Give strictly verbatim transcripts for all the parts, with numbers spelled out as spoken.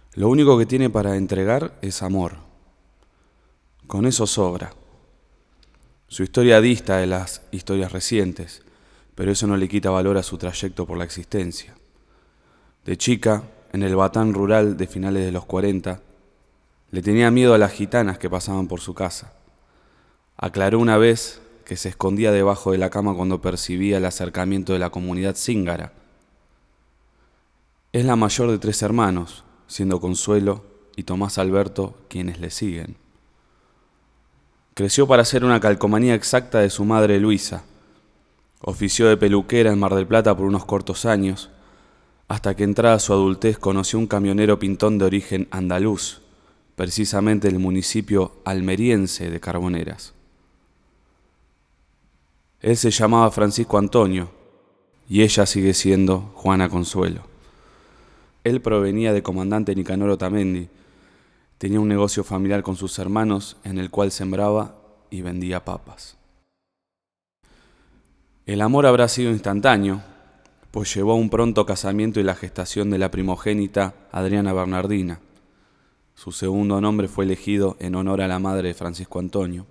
Lo único que tiene para entregar es amor. Con eso sobra. Su historia dista de las historias recientes, pero eso no le quita valor a su trayecto por la existencia. De chica, en el Batán rural de finales de los cuarenta, le tenía miedo a las gitanas que pasaban por su casa. Aclaró una vez que se escondía debajo de la cama cuando percibía el acercamiento de la comunidad zíngara. Es la mayor de tres hermanos, siendo Consuelo y Tomás Alberto quienes le siguen. Creció para ser una calcomanía exacta de su madre Luisa. Ofició de peluquera en Mar del Plata por unos cortos años, hasta que entrada su adultez conoció un camionero pintón de origen andaluz, precisamente del municipio almeriense de Carboneras. Él se llamaba Francisco Antonio y ella sigue siendo Juana Consuelo. Él provenía de Comandante Nicanor Otamendi. Tenía un negocio familiar con sus hermanos en el cual sembraba y vendía papas. El amor habrá sido instantáneo, pues llevó a un pronto casamiento y la gestación de la primogénita Adriana Bernardina. Su segundo nombre fue elegido en honor a la madre de Francisco Antonio.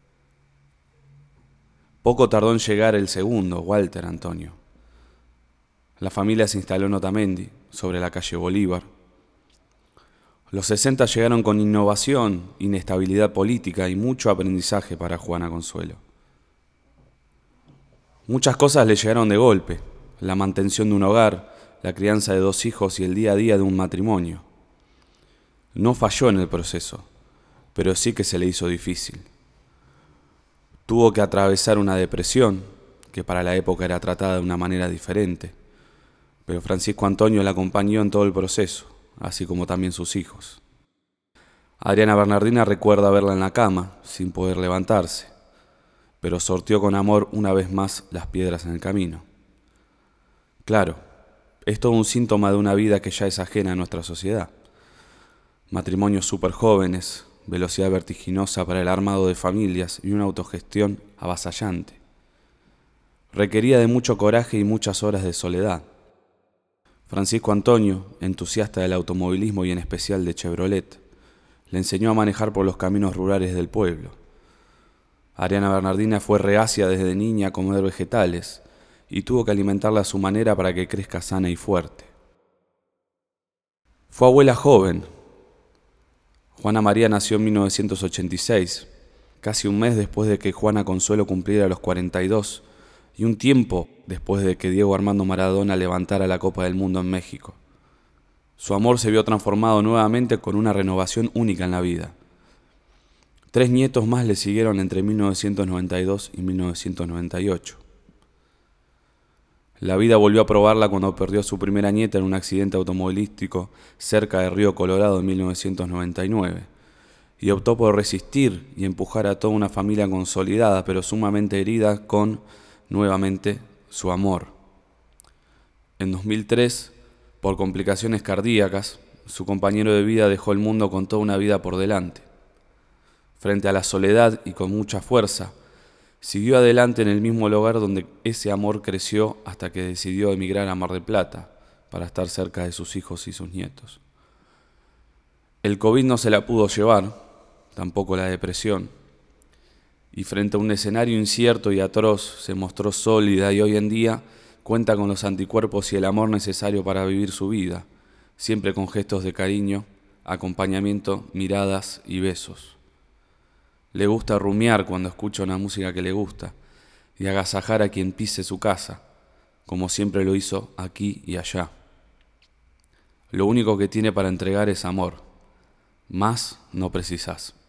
Poco tardó en llegar el segundo, Walter Antonio. La familia se instaló en Otamendi, sobre la calle Bolívar. Los sesenta llegaron con innovación, inestabilidad política y mucho aprendizaje para Juana Consuelo. Muchas cosas le llegaron de golpe: la mantención de un hogar, la crianza de dos hijos y el día a día de un matrimonio. No falló en el proceso, pero sí que se le hizo difícil. Tuvo que atravesar una depresión, que para la época era tratada de una manera diferente, pero Francisco Antonio la acompañó en todo el proceso, así como también sus hijos. Adriana Bernardina recuerda verla en la cama, sin poder levantarse, pero sorteó con amor una vez más las piedras en el camino. Claro, es todo un síntoma de una vida que ya es ajena a nuestra sociedad. Matrimonios súper jóvenes, velocidad vertiginosa para el armado de familias y una autogestión avasallante. Requería de mucho coraje y muchas horas de soledad. Francisco Antonio, entusiasta del automovilismo y en especial de Chevrolet, le enseñó a manejar por los caminos rurales del pueblo. Adriana Bernardina fue reacia desde niña a comer vegetales y tuvo que alimentarla a su manera para que crezca sana y fuerte. Fue abuela joven. Juana María nació en mil novecientos ochenta y seis, casi un mes después de que Juana Consuelo cumpliera los cuarenta y dos y un tiempo después de que Diego Armando Maradona levantara la Copa del Mundo en México. Su amor se vio transformado nuevamente con una renovación única en la vida. Tres nietos más le siguieron entre mil novecientos noventa y dos y mil novecientos noventa y ocho. La vida volvió a probarla cuando perdió a su primera nieta en un accidente automovilístico cerca de Río Colorado en mil novecientos noventa y nueve, y optó por resistir y empujar a toda una familia consolidada pero sumamente herida con, nuevamente, su amor. En dos mil tres, por complicaciones cardíacas, su compañero de vida dejó el mundo con toda una vida por delante. Frente a la soledad y con mucha fuerza, siguió adelante en el mismo lugar donde ese amor creció hasta que decidió emigrar a Mar del Plata para estar cerca de sus hijos y sus nietos. El COVID no se la pudo llevar, tampoco la depresión, y frente a un escenario incierto y atroz se mostró sólida y hoy en día cuenta con los anticuerpos y el amor necesario para vivir su vida, siempre con gestos de cariño, acompañamiento, miradas y besos. Le gusta rumiar cuando escucha una música que le gusta y agasajar a quien pise su casa, como siempre lo hizo aquí y allá. Lo único que tiene para entregar es amor. Más no precisás.